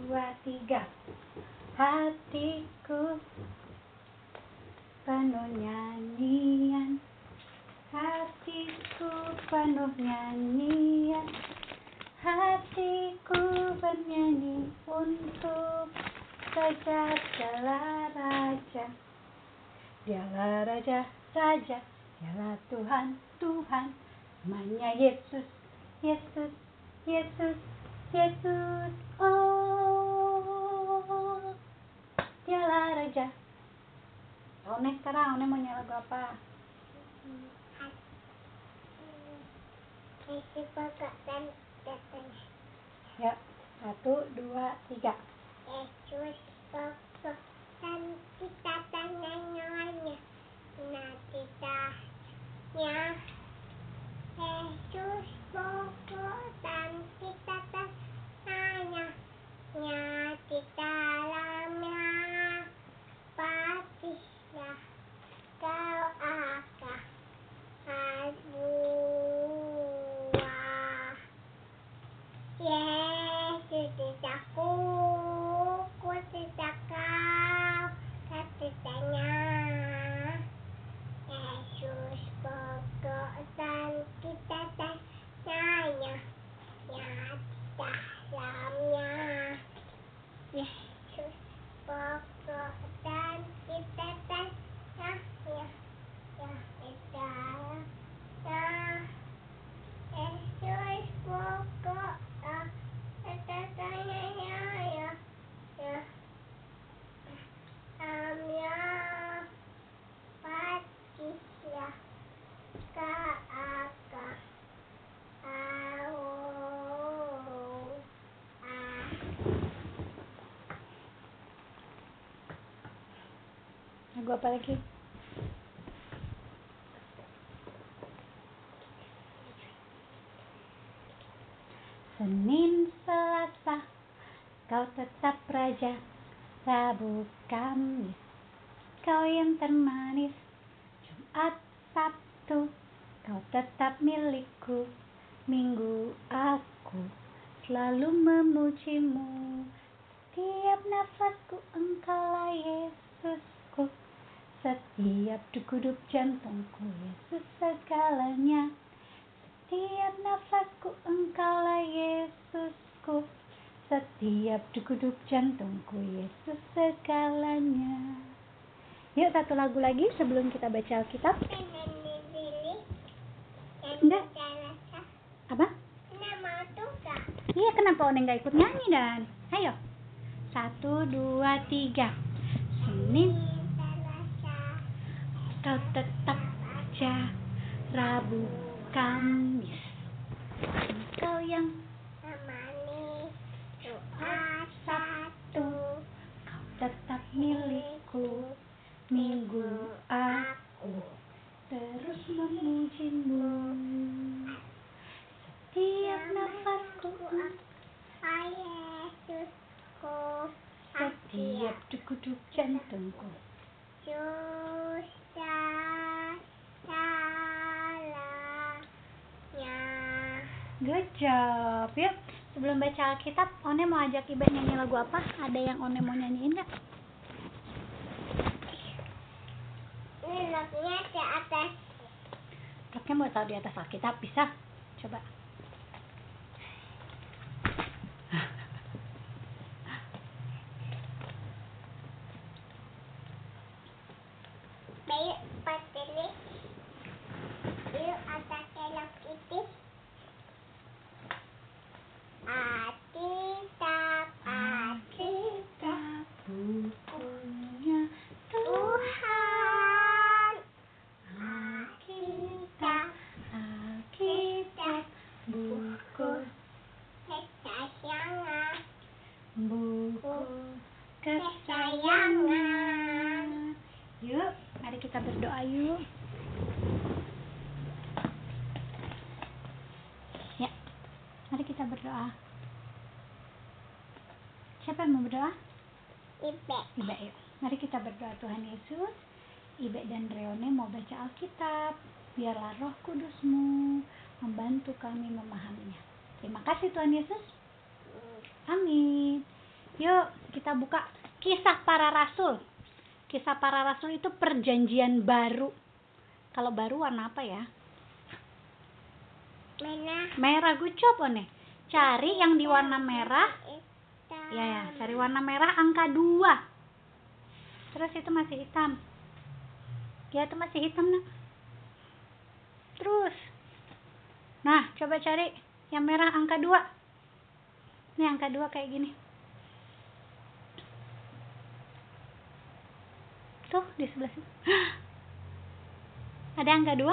dua, tiga. Hatiku penuh nyanyian, hatiku penuh nyanyian, hatiku bernyanyi untuk Raja, dialah Raja, dialah Raja, Raja, dialah Tuhan, Tuhan, namanya Yesus, Yesus, Yesus, Yesus, oh, dialah Raja. One sekarang, One mau nyanyi lagu apa? Ya, 1, 2, 3. Yesus pokok dan kita tanya-nanya, nah kitanya. Yesus pokok dan kita tanya, nya di dalamnya pastilah kau akan buah. Yesus tidak ku tidak kau katanya. Yesus pokok dan kita tanya, ya dalamnya. Yesus pokok dan kita tanya, ya di dalamnya. Yesus pokok kita tanya, ya dalamnya. Pastilah kau akan Lagu apa lagi? Senin, Selasa, kau tetap Raja. Rabu, Kamis, kau yang termanis. Jumat, Sabtu, kau tetap milikku. Minggu, aku selalu memujimu. Setiap nafasku engkaulah Yesusku. Setiap degup jantungku Yesus segalanya. Setiap nafasku engkaulah Yesusku. Setiap degup jantungku Yesus segalanya. Yuk, satu lagu lagi sebelum kita baca Alkitab. Enggak. Apa? Iya, kenapa One nggak ikut nyanyi dan? Ayo. 1, 2, 3. Senin, kau tetap Raja. Rabu, Kamis, engkau yang manis. Jumat, Sabtu, kau tetap milikku. Minggu, aku terus memujimu. Setiap nafasku, Yesusku. setiap degup jantungku. Good job. Yuk, sebelum baca Alkitab, One mau ajak Iba nyanyi lagu apa? Ada yang One mau nyanyiin nggak? Ini lagunya di atas. Roknya mau tahu di atas Alkitab, bisa? Coba. Baik, pateli. Yuk, atas kelok itu. Alkitab, bukunya Tuhan. Alkitab, Alkitab, buku Kesayangan. buku kesayangan. Yuk, mari kita berdoa yuk. Ya, mari kita berdoa. Siapa yang mau berdoa? Ibe. Iba, yuk. Mari kita berdoa. Tuhan Yesus, Ibe dan Reone mau baca Alkitab. Biarlah Roh Kudus-Mu membantu kami memahaminya. Terima kasih Tuhan Yesus. Amin. Yuk, kita buka Kisah Para Rasul. Kisah Para Rasul itu perjanjian baru. Kalau baru warna apa ya? Merah. Good job, One. Cari yang di warna merah. Ya, cari warna merah angka 2. Terus itu masih hitam. Ya, itu masih hitam, Nak. Terus. Nah, coba cari yang merah angka 2. Ini angka 2 kayak gini. Tuh, di sebelah sini. Ada angka 2?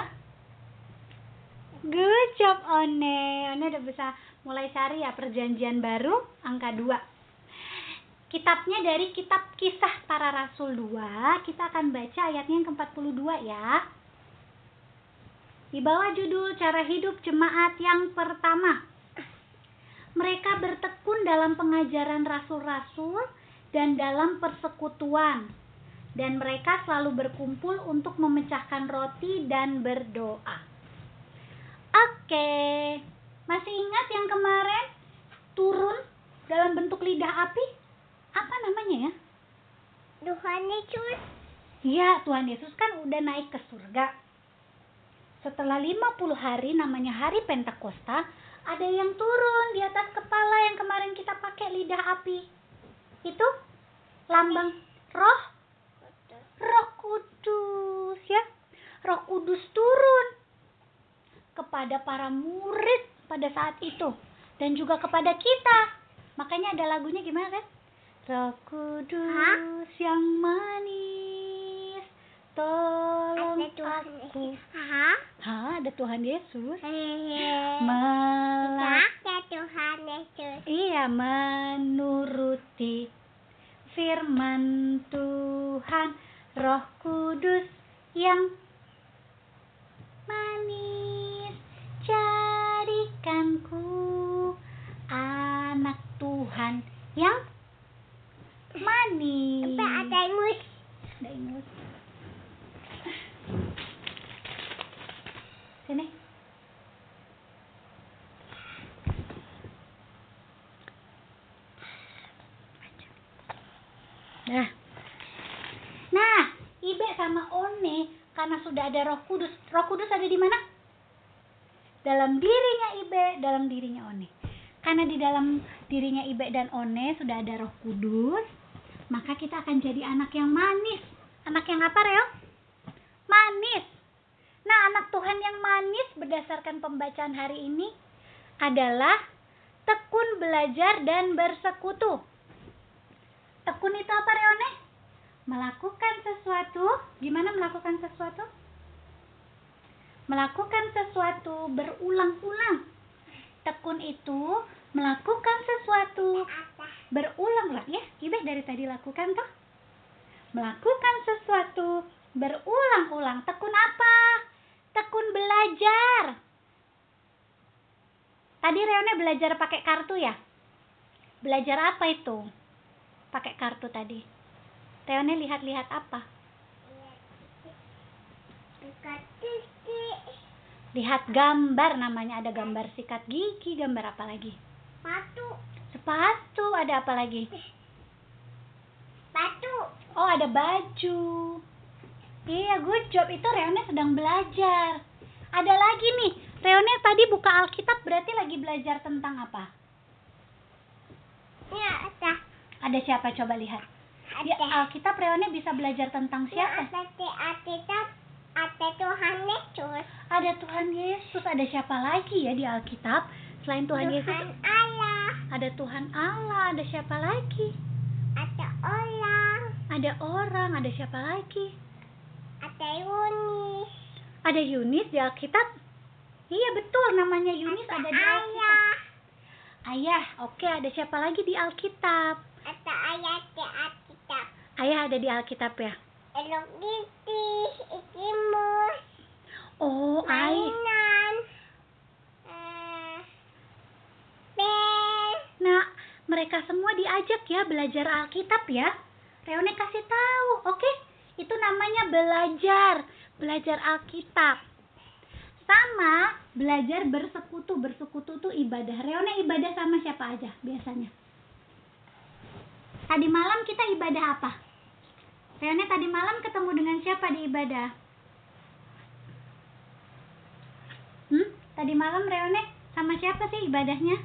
Good job, One. One udah bisa mulai cari ya perjanjian baru angka 2. Kitabnya dari kitab Kisah Para Rasul 2. Kita akan baca ayatnya yang ke-42 ya. Di bawah judul Cara Hidup Jemaat yang pertama. Mereka bertekun dalam pengajaran rasul-rasul dan dalam persekutuan. Dan mereka selalu berkumpul untuk memecahkan roti dan berdoa. Oke, masih ingat yang kemarin turun dalam bentuk lidah api? Apa namanya ya? Tuhan Yesus. Iya, Tuhan Yesus kan udah naik ke surga. Setelah 50 hari, namanya hari Pentakosta, ada yang turun di atas kepala yang kemarin kita pakai lidah api. Itu lambang Roh Kudus ya. Roh Kudus turun kepada para murid pada saat itu dan juga kepada kita. Makanya ada lagunya gimana kan? Roh Kudus yang manis, tolong aku. Ada Tuhan Yesus. Ada Tuhan Yesus. Iya, menuruti firman Tuhan. Roh Kudus yang manis, jadikanku anak Tuhan yang manis. Ada ingus. Ada ingus. Sini. Nah, Ibe sama One karena sudah ada Roh Kudus. Roh Kudus ada di mana? Dalam dirinya Ibe, dalam dirinya One. Karena di dalam dirinya Ibe dan One sudah ada Roh Kudus, maka kita akan jadi anak yang manis. Anak yang apa, Reo? Manis. Nah, anak Tuhan yang manis berdasarkan pembacaan hari ini adalah tekun belajar dan bersekutu. Tekun itu apa, Reone? Melakukan sesuatu. Gimana melakukan sesuatu? Melakukan sesuatu berulang-ulang. Tekun itu melakukan sesuatu berulang lah ya. Ibe dari tadi lakukan toh. Melakukan sesuatu berulang-ulang. Tekun apa? Tekun belajar. Tadi Reone belajar pakai kartu ya? Belajar apa itu? Pakai kartu tadi. Reone lihat-lihat apa? Lihat gambar, namanya ada gambar sikat gigi, gambar apa lagi? Sepatu, ada apa lagi? Batu. Oh, ada baju. Iya, good job. Itu Reone sedang belajar. Ada lagi nih, Reone tadi buka Alkitab berarti lagi belajar tentang apa? Ya, ada. Ada siapa? Coba lihat. Di Alkitab Reone bisa belajar tentang siapa? Ada Tuhan Yesus. Ada Tuhan Yesus. Ada siapa lagi ya di Alkitab selain Tuhan Yesus? Tuhan Allah. Ada Tuhan Allah. Ada siapa lagi? Ada orang. Ada orang. Ada siapa lagi? Ada Yunis. Ada Yunis di Alkitab? Iya betul, namanya Yunis ada di Alkitab. Ayah. Oke, ada siapa lagi di Alkitab? Ada ayat di Alkitab. Ayah ada di Alkitab ya? Elok gigi, ikimus. Oh, mainan. Bel. Nah, mereka semua diajak ya belajar Alkitab ya. Reone kasih tahu, oke? Itu namanya belajar Alkitab. Sama belajar bersekutu. Bersekutu itu ibadah. Reone ibadah sama siapa aja biasanya? Tadi malam kita ibadah apa? Reone tadi malam ketemu dengan siapa di ibadah? Tadi malam Reone sama siapa sih ibadahnya?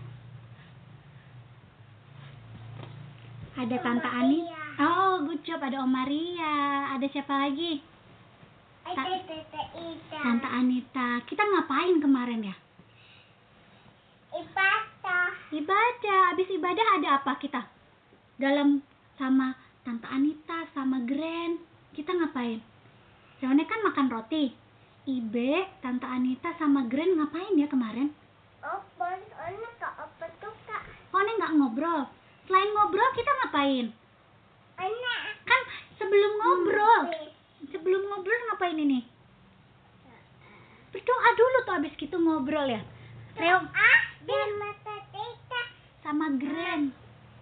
Ada Tante Ani. Oh, good job. Ada Om Maria. Ada siapa lagi? Tante Anita. Kita ngapain kemarin ya? Ibadah. Habis ibadah ada apa kita? Dalam sama Tante Anita, sama Grand. Kita ngapain? Reone kan makan roti. Ibe, Tante Anita sama Grand ngapain ya kemarin? One nggak ngobrol. Selain ngobrol kita ngapain? Kan sebelum ngobrol ngapain ini? Berdoa dulu tuh habis gitu ngobrol ya. Reo sama Grand.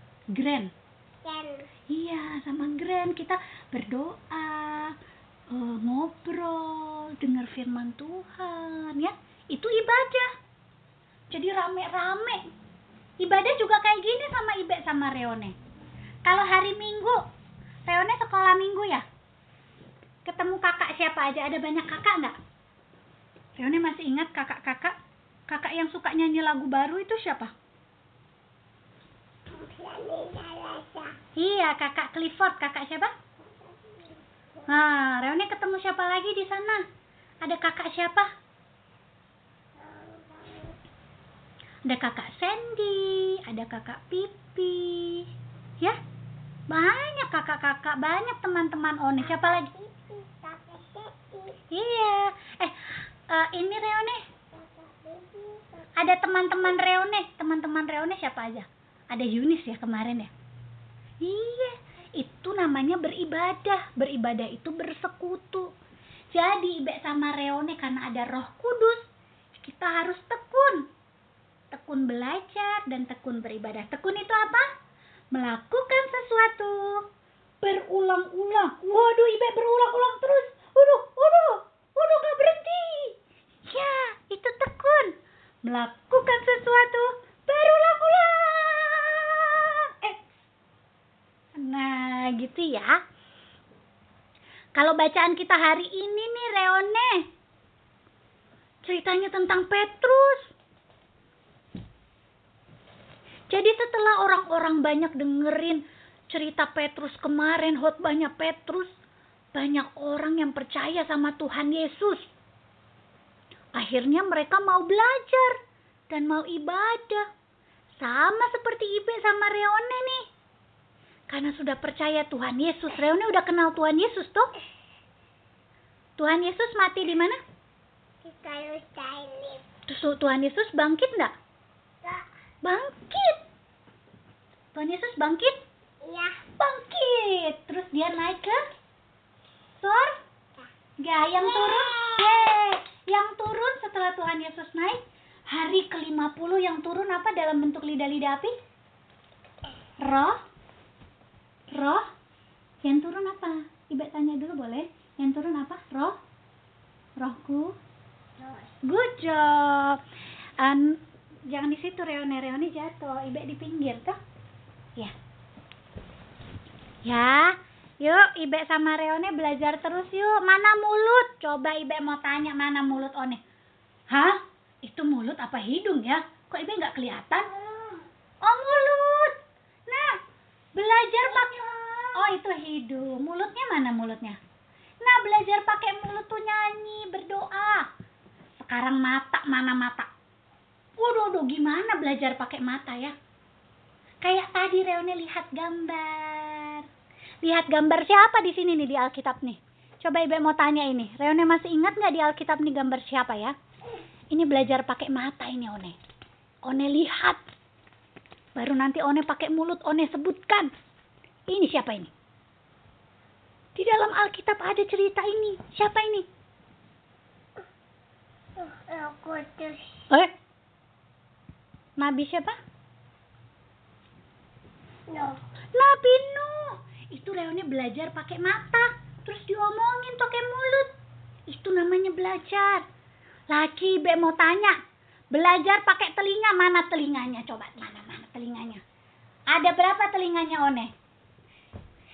Iya, sama Grand kita berdoa, ngobrol, dengar firman Tuhan ya. Itu ibadah. Jadi rame-rame. Ibadah juga kayak gini sama Ibe sama Reone. Kalau hari Minggu, Reone sekolah Minggu ya? Ketemu kakak siapa aja? Ada banyak kakak nggak? Reone masih ingat kakak-kakak? Kakak yang suka nyanyi lagu baru itu siapa? Iya, kakak Clifford. Kakak siapa? Nah, Reone ketemu siapa lagi di sana? Ada kakak siapa? Ada kakak Sandy, ada kakak Pipi. Ya, banyak kakak-kakak, banyak teman-teman One. Siapa lagi? Iya. Ini Reone. Ada teman-teman Reone siapa aja? Ada Yunis ya kemarin ya? Iya, itu namanya beribadah. Beribadah itu bersekutu. Jadi Ibe sama Reone karena ada Roh Kudus, kita harus tekun. Tekun belajar dan tekun beribadah. Tekun itu apa? Melakukan sesuatu berulang-ulang. Waduh, Ibe berulang-ulang terus. Waduh, gak berhenti. Ya, itu tekun. Melakukan sesuatu berulang-ulang. Nah, gitu ya. Kalau bacaan kita hari ini nih, Reone, ceritanya tentang Petrus. Jadi setelah orang-orang banyak dengerin cerita Petrus kemarin, khotbahnya Petrus, banyak orang yang percaya sama Tuhan Yesus. Akhirnya mereka mau belajar dan mau ibadah. Sama seperti Ibe sama Reone nih. Karena sudah percaya Tuhan Yesus. Reone udah kenal Tuhan Yesus tuh. Tuhan Yesus mati di mana? Terus Tuhan Yesus bangkit enggak? Bangkit. Tuhan Yesus bangkit? Iya. Bangkit. Terus dia naik ke surga. Yang turun? Yang turun setelah Tuhan Yesus naik, hari ke-50 yang turun apa dalam bentuk lidah-lidah api? Roh. Yang turun apa? Ibe tanya dulu boleh? Yang turun apa? Rohku. Good job. Jangan di situ Reone jatuh. Ibe di pinggir tuh. Ya. Yuk Ibe sama Reone belajar terus yuk. Mana mulut? Coba Ibe mau tanya mana mulut One. Hah? Itu mulut apa hidung ya? Kok Ibe nggak kelihatan? Oh, mulut. Nah, belajar pakai. Oh, itu hidung. Mulutnya mana mulutnya? Nah, belajar pakai mulut tuh nyanyi, berdoa. Sekarang mata, mana mata? Waduh, gimana belajar pakai mata ya? Kayak tadi Reone lihat gambar. Lihat gambar siapa di sini nih di Alkitab nih? Coba Ibe mau tanya ini. Reone masih ingat nggak di Alkitab nih gambar siapa ya? Ini belajar pakai mata ini One. One lihat. Baru nanti One pakai mulut One sebutkan. Ini siapa ini? Di dalam Alkitab ada cerita ini. Siapa ini? Kudus. Nabi siapa? Nabi Nuh. Itu Reone belajar pakai mata. Terus diomongin pakai mulut. Itu namanya belajar. Lagi Ibe mau tanya. Belajar pakai telinga. Mana telinganya? Coba mana telinganya? Ada berapa telinganya One?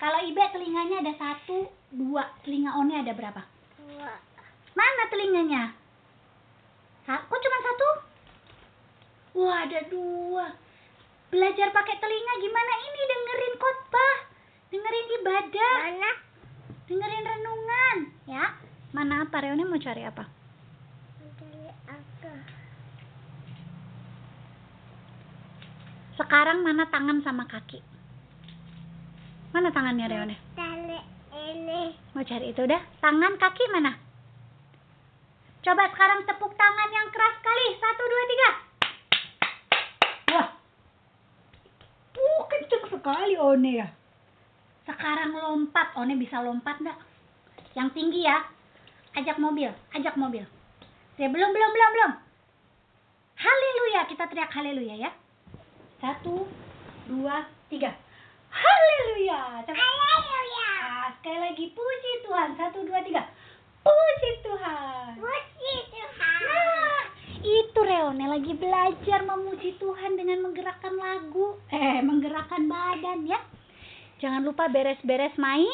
Kalau Ibe telinganya ada 1, 2. Telinga One ada berapa? 2. Mana telinganya? Kok cuma 1? Wah, ada 2. Belajar pakai telinga gimana ini? Dengerin khotbah, dengerin ibadah, Mana? dengerin renungan, ya. Mana apa? Reone mau cari apa? Dari aku. Sekarang mana tangan sama kaki? Mana tangannya Reone? Tali ini. Mau cari itu udah. Tangan, kaki mana? Coba sekarang tepuk tangan yang keras sekali. 1, 2, 3. Wah. Kenceng sekali One ya. Sekarang lompat. One bisa lompat enggak? Yang tinggi ya. Ajak mobil. Ya, belum. Haleluya. Kita teriak haleluya ya. 1, 2, 3. Haleluya. Haleluya. Sekali lagi puji Tuhan. 1, 2, 3. Puji Tuhan. Puji Tuhan. Nah, itu Reone lagi belajar memuji Tuhan dengan menggerakkan lagu. Menggerakkan badan ya. Jangan lupa beres-beres Mai.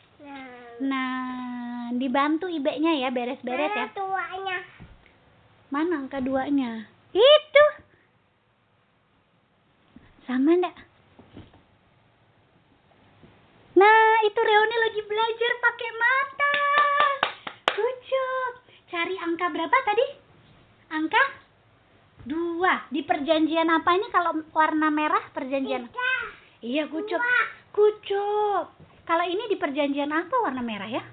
Nah, dibantu Ibe-nya ya beres-beres ya. Tuanya. Mana angka 2-nya? Itu. Sama enggak? Nah, itu Reone lagi belajar pakai mata. Good job. Cari angka berapa tadi? Angka 2. Di perjanjian apa ini kalau warna merah perjanjian? 3. Iya, good job. Good job. Kalau ini di perjanjian apa warna merah ya?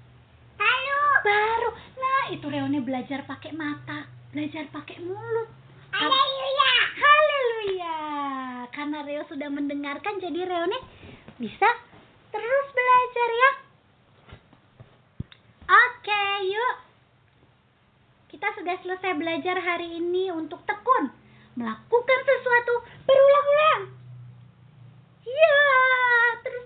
Baru. Nah, itu Reone belajar pakai mata, belajar pakai mulut. Haleluya. Haleluya. Karena Reo sudah mendengarkan, jadi Reone bisa terus belajar ya. Oke, yuk. Kita sudah selesai belajar hari ini untuk tekun. Melakukan sesuatu berulang-ulang. Ya, terus.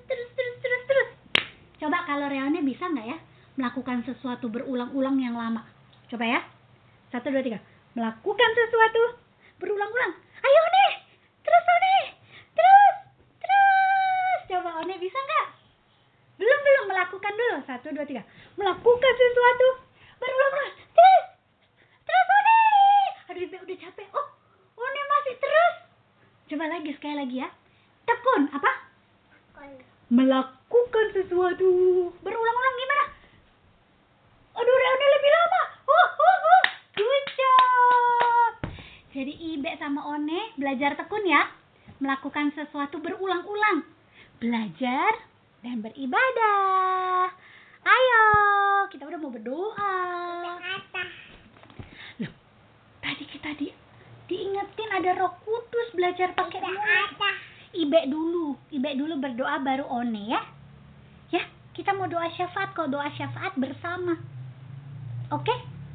Coba kalau Reone bisa nggak ya melakukan sesuatu berulang-ulang yang lama? Coba ya. 1, 2, 3. Melakukan sesuatu berulang-ulang. Ayo One. Terus One. Terus. Coba One bisa nggak? Belum melakukan dulu. 1, 2, 3. Melakukan sesuatu berulang-ulang. Terus One. Aduh, Ibe udah capek. Oh, One masih terus. Coba lagi, sekali lagi ya. Tekun apa? Melakukan sesuatu berulang-ulang gimana? Aduh, Reone lebih lama. Good job. Jadi Ibe sama One belajar tekun ya. Melakukan sesuatu berulang-ulang. Belajar dan beribadah. Ayo, kita udah mau berdoa. Loh, tadi kita diingetin ada Roh Kudus, belajar pakai mulut. Ibe dulu berdoa baru One ya. Ya, kita mau doa syafaat. Kalau doa syafaat bersama. Oke?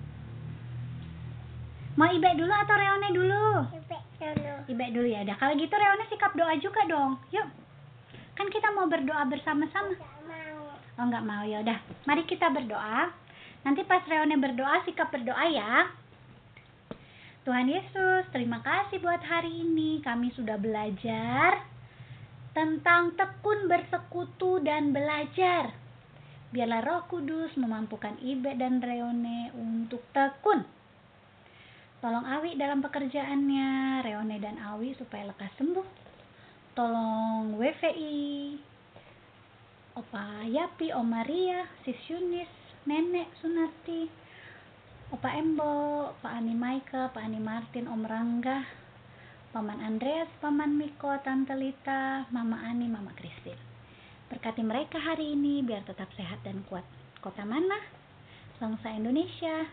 Mau Ibe dulu atau Reone dulu? Ibe dulu ya. Udah, kalau gitu Reone sikap doa juga dong. Yuk. Kan kita mau berdoa bersama-sama. Oh, enggak mau. Ya udah. Mari kita berdoa. Nanti pas Reone berdoa, sikap berdoa ya. Tuhan Yesus, terima kasih buat hari ini. Kami sudah belajar tentang tekun bersekutu dan belajar. Biarlah Roh Kudus memampukan Ibe dan Reone untuk tekun. Tolong Awi dalam pekerjaannya, Reone dan Awi supaya lekas sembuh. Tolong WVI, Opa Yapi, Om Maria, Sis Yunis, Nenek Sunarti, Opa Embo, Pak Ani Maika, Pak Ani Martin, Om Rangga, Paman Andreas, Paman Miko, Tante Lita, Mama Ani, Mama Christine. Berkati mereka hari ini biar tetap sehat dan kuat. Kota Mana, bangsa Indonesia,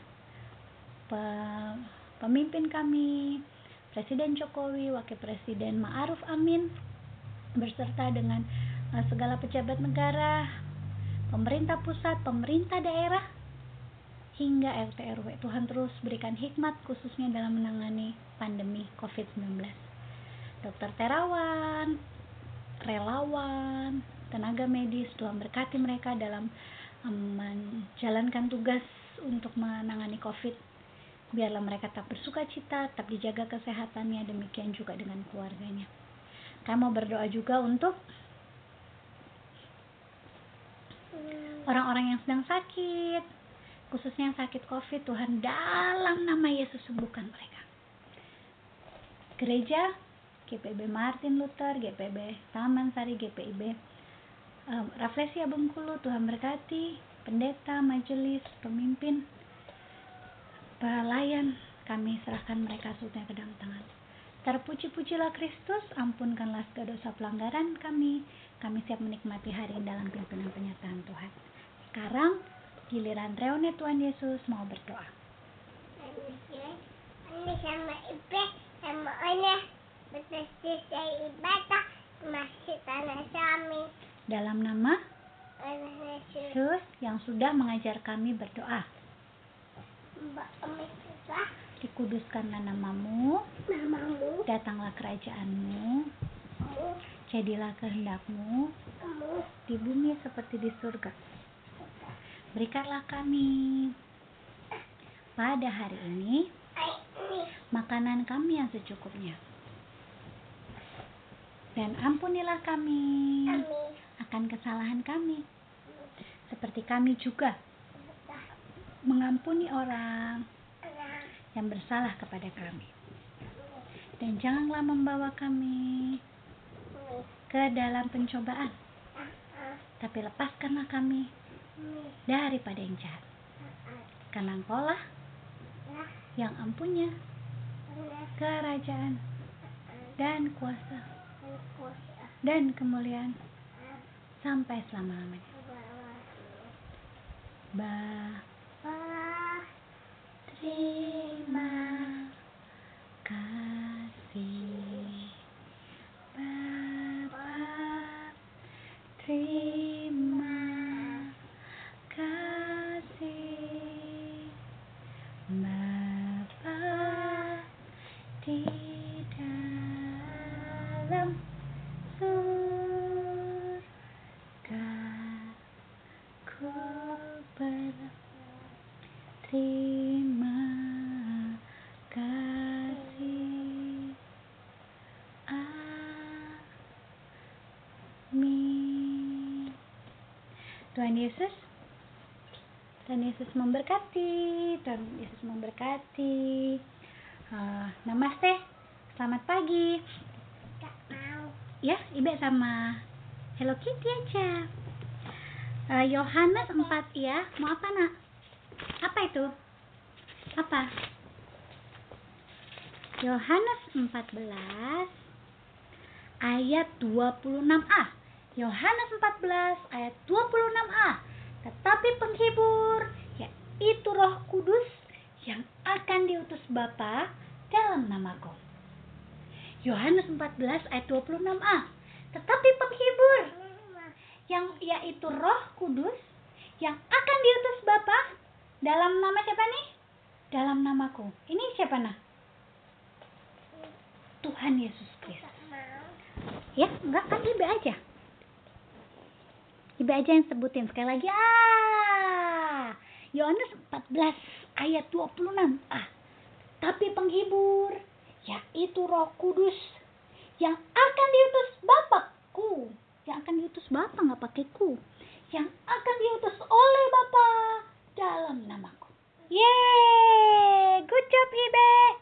pemimpin kami, Presiden Jokowi, Wakil Presiden Ma'ruf Amin, berserta dengan segala pejabat negara, pemerintah pusat, pemerintah daerah, hingga RT RW. Tuhan terus berikan hikmat khususnya dalam menangani pandemi COVID-19. Dokter terawan, relawan, tenaga medis, Tuhan berkati mereka dalam menjalankan tugas untuk menangani COVID. Biarlah mereka tetap bersuka cita, tetap dijaga kesehatannya, demikian juga dengan keluarganya. Kami mau berdoa juga untuk Orang-orang yang sedang sakit, khususnya yang sakit COVID, Tuhan dalam nama Yesus sembuhkan mereka. Gereja GPIB Martin Luther, GPIB Taman Sari, GPIB Rafflesia Bengkulu, Tuhan berkati pendeta, majelis, pemimpin, pelayan, kami serahkan mereka seluruhnya ke dalam tangan. Terpuji-pujilah Kristus, ampunkanlah segala dosa pelanggaran kami. Kami siap menikmati hari ini dalam pimpinan penyertaan Tuhan. Sekarang giliran Reone Tuhan Yesus mau berdoa. Ini sama Ibe, sama Ona, betul saya ibadah masih tanah kami. Dalam nama Yesus, Yesus yang sudah mengajar kami berdoa. Mbak Amisah, Dikuduskanlah namamu, namamu, datanglah kerajaanmu, jadilah kehendakmu kamu, di bumi seperti di surga. Berikanlah kami pada hari ini ini, makanan kami yang secukupnya. Dan ampunilah kami kami, akan kesalahan kami, seperti kami juga buka, mengampuni orang anak, yang bersalah kepada kami. Dan janganlah membawa kami ke dalam pencobaan, tapi lepaskanlah kami daripada yang jahat. Karena Engkaulah yang ampunya kerajaan dan kuasa dan kemuliaan sampai selama-lamanya. Bapa, terima kasih. Bapa, terima kasih. Bapa di dalam surga, ku berterima kasih. Amin. Tuhan Yesus memberkati. Tuhan Yesus memberkati. Namaste. Selamat pagi. tak mau, Ya, Ibe sama Hello Kitty aja. Yohanes 4 ya. Mau apa, Nak? Apa itu? Apa? Yohanes 14 ayat 26a. Yohanes 14 ayat 26a. Tetapi penghibur, yaitu Roh Kudus yang akan diutus Bapa dalam namaku. Yohanes 14 ayat 26a. Tetapi penghibur, yaitu Roh Kudus yang akan diutus Bapa dalam nama siapa nih? Dalam namaku. Ini siapa nah? Tuhan Yesus Kristus. tak mau, Ya, enggak kan Ibe aja. Ibe aja yang sebutin sekali lagi. Yohanes 14 ayat 26. Tapi penghibur, yaitu Roh Kudus yang akan diutus Bapakku. Yang akan diutus Bapa, nggak pakai ku. Yang akan diutus oleh Bapa dalam namaku. Yeay, good job Ibe.